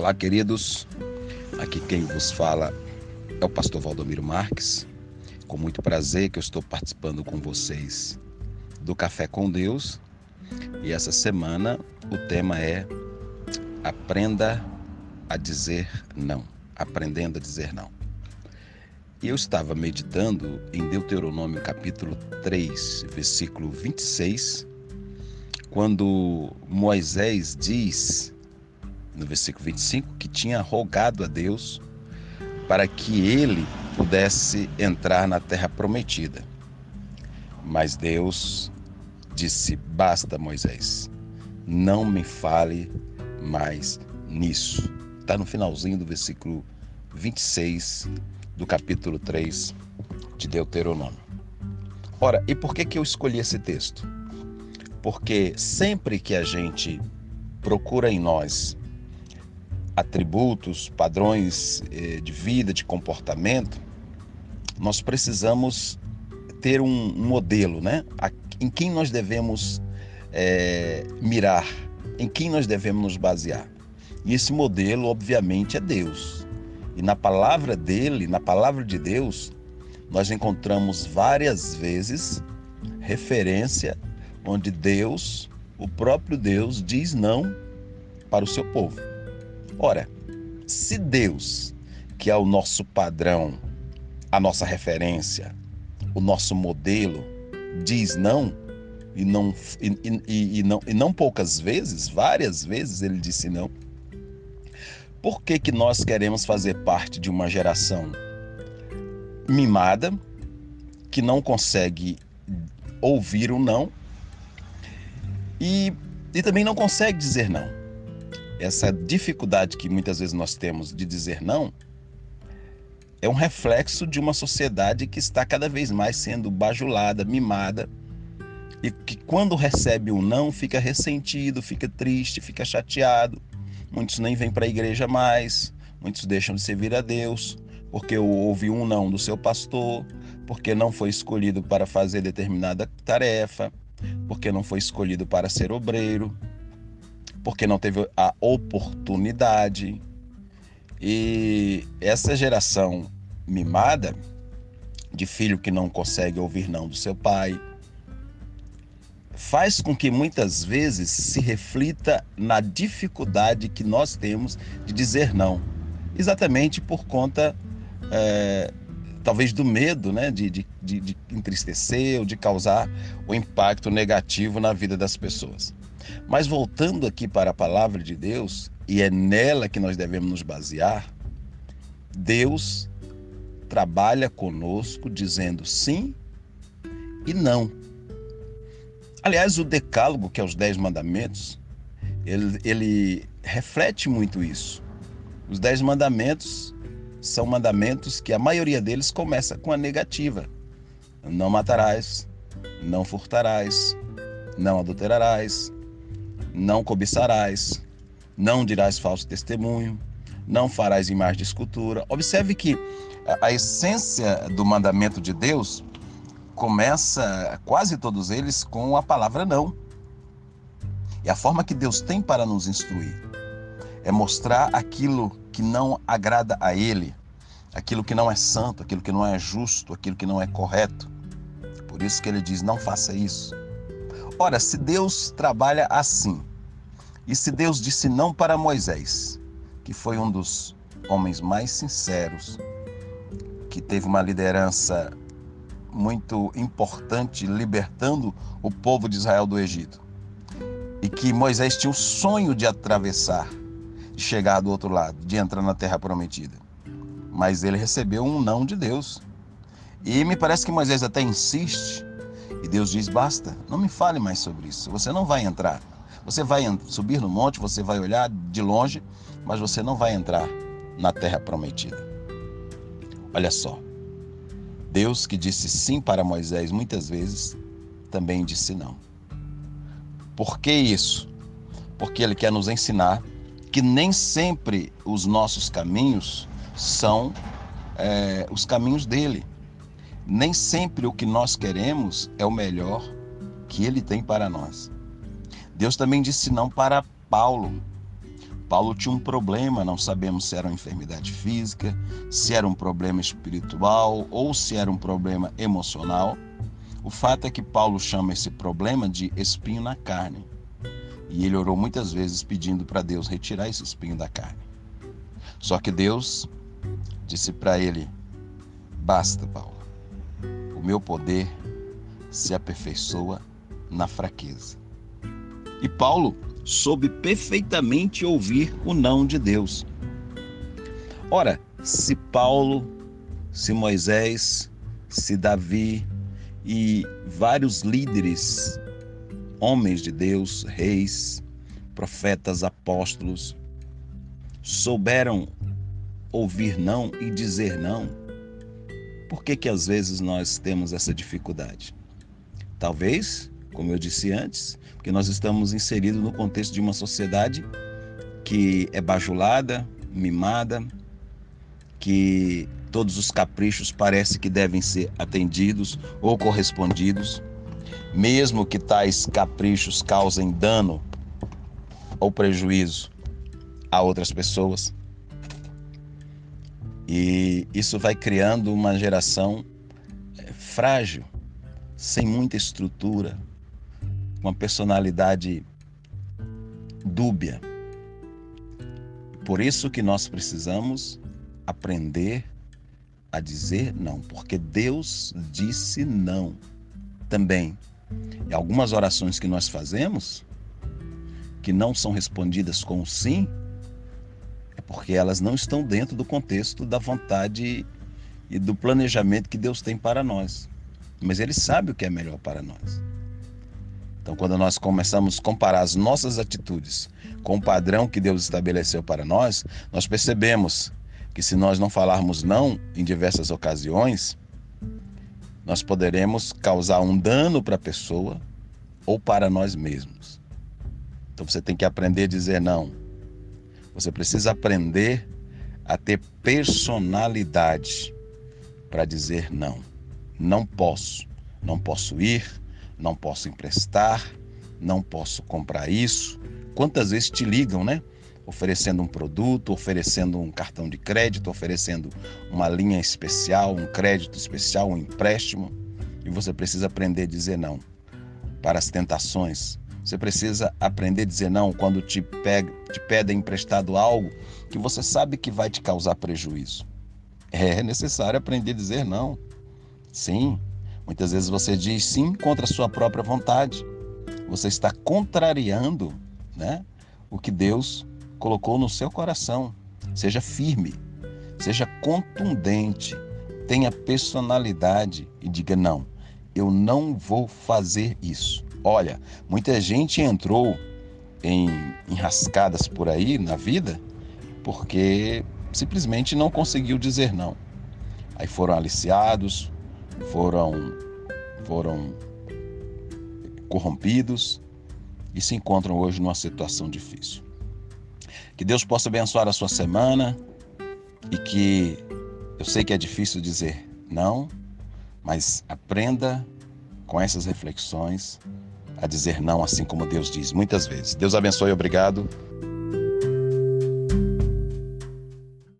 Olá, queridos. Aqui quem vos fala é o pastor Valdomiro Marques. Com muito prazer que eu estou participando com vocês do Café com Deus. E essa semana o tema é Aprenda a dizer não. Aprendendo a dizer não. E eu estava meditando em Deuteronômio capítulo 3, versículo 26, quando Moisés diz, no versículo 25, que tinha rogado a Deus para que ele pudesse entrar na terra prometida. Mas Deus disse: basta, Moisés, não me fale mais nisso. Está no finalzinho do versículo 26 do capítulo 3 de Deuteronômio. Ora, e por que eu escolhi esse texto? Porque sempre que a gente procura em nós atributos, padrões de vida, de comportamento, nós precisamos ter um modelo, né? Em quem nós devemos mirar, em quem nós devemos nos basear. E esse modelo, obviamente, é Deus. E na palavra dele, na palavra de Deus, nós encontramos várias vezes referência onde Deus, o próprio Deus, diz não para o seu povo. Ora, se Deus, que é o nosso padrão, a nossa referência, o nosso modelo, diz não, e não poucas vezes, várias vezes ele disse não, por que nós queremos fazer parte de uma geração mimada, que não consegue ouvir o não e também não consegue dizer não? Essa dificuldade que muitas vezes nós temos de dizer não é um reflexo de uma sociedade que está cada vez mais sendo bajulada, mimada, e que quando recebe um não fica ressentido, fica triste, fica chateado. Muitos nem vêm para a igreja mais, muitos deixam de servir a Deus, porque houve um não do seu pastor, porque não foi escolhido para fazer determinada tarefa, porque não foi escolhido para ser obreiro, porque não teve a oportunidade. E essa geração mimada, de filho que não consegue ouvir não do seu pai, faz com que muitas vezes se reflita na dificuldade que nós temos de dizer não. Exatamente por conta, talvez, do medo, né, de entristecer ou de causar o impacto negativo na vida das pessoas. Mas voltando aqui para a palavra de Deus, e é nela que nós devemos nos basear, Deus trabalha conosco dizendo sim e não. Aliás, o Decálogo, que é os 10 mandamentos, ele reflete muito isso. Os 10 mandamentos são mandamentos que a maioria deles começa com a negativa. Não matarás, não furtarás, não adulterarás, não cobiçarás, não dirás falso testemunho, não farás imagem de escultura. Observe que a essência do mandamento de Deus começa, quase todos eles, com a palavra não. E a forma que Deus tem para nos instruir é mostrar aquilo que não agrada a Ele, aquilo que não é santo, aquilo que não é justo, aquilo que não é correto. Por isso que Ele diz: não faça isso. Ora, se Deus trabalha assim, e se Deus disse não para Moisés, que foi um dos homens mais sinceros, que teve uma liderança muito importante, libertando o povo de Israel do Egito, e que Moisés tinha o sonho de atravessar, de chegar do outro lado, de entrar na terra prometida, mas ele recebeu um não de Deus, e me parece que Moisés até insiste, e Deus diz: basta, não me fale mais sobre isso, você não vai entrar, você vai subir no monte, você vai olhar de longe, mas você não vai entrar na terra prometida. Olha só, Deus, que disse sim para Moisés muitas vezes, também disse não. Por que isso? Porque Ele quer nos ensinar que nem sempre os nossos caminhos são os caminhos dele. Nem sempre o que nós queremos é o melhor que Ele tem para nós. Deus também disse não para Paulo. Paulo tinha um problema, não sabemos se era uma enfermidade física, se era um problema espiritual ou se era um problema emocional. O fato é que Paulo chama esse problema de espinho na carne. E ele orou muitas vezes pedindo para Deus retirar esse espinho da carne. Só que Deus disse para ele: basta, Paulo, o meu poder se aperfeiçoa na fraqueza. E Paulo soube perfeitamente ouvir o não de Deus. Ora, se Paulo, se Moisés, se Davi e vários líderes, homens de Deus, reis, profetas, apóstolos, souberam ouvir não e dizer não, por que às vezes nós temos essa dificuldade? Talvez, como eu disse antes, porque nós estamos inseridos no contexto de uma sociedade que é bajulada, mimada, que todos os caprichos parece que devem ser atendidos ou correspondidos, mesmo que tais caprichos causem dano ou prejuízo a outras pessoas. E isso vai criando uma geração frágil, sem muita estrutura, uma personalidade dúbia. Por isso que nós precisamos aprender a dizer não, porque Deus disse não também. E algumas orações que nós fazemos, que não são respondidas com sim, é porque elas não estão dentro do contexto da vontade e do planejamento que Deus tem para nós. Mas Ele sabe o que é melhor para nós. Então, quando nós começamos a comparar as nossas atitudes com o padrão que Deus estabeleceu para nós, nós percebemos que se nós não falarmos não em diversas ocasiões, nós poderemos causar um dano para a pessoa ou para nós mesmos. Então você tem que aprender a dizer não. Você precisa aprender a ter personalidade para dizer não. Não posso ir, não posso emprestar, não posso comprar isso. Quantas vezes te ligam, né? Oferecendo um produto, oferecendo um cartão de crédito, oferecendo uma linha especial, um crédito especial, um empréstimo. E você precisa aprender a dizer não para as tentações. Você precisa aprender a dizer não quando te pedem emprestado algo que você sabe que vai te causar prejuízo. É necessário aprender a dizer não. Sim, muitas vezes você diz sim contra a sua própria vontade. Você está contrariando, né, o que Deus colocou no seu coração. Seja firme, seja contundente, tenha personalidade e diga não, eu não vou fazer isso. Olha, muita gente entrou em enrascadas por aí na vida porque simplesmente não conseguiu dizer não. Aí foram aliciados, foram corrompidos e se encontram hoje numa situação difícil. Que Deus possa abençoar a sua semana e que eu sei que é difícil dizer não, mas aprenda com essas reflexões a dizer não assim como Deus diz muitas vezes. Deus abençoe e obrigado.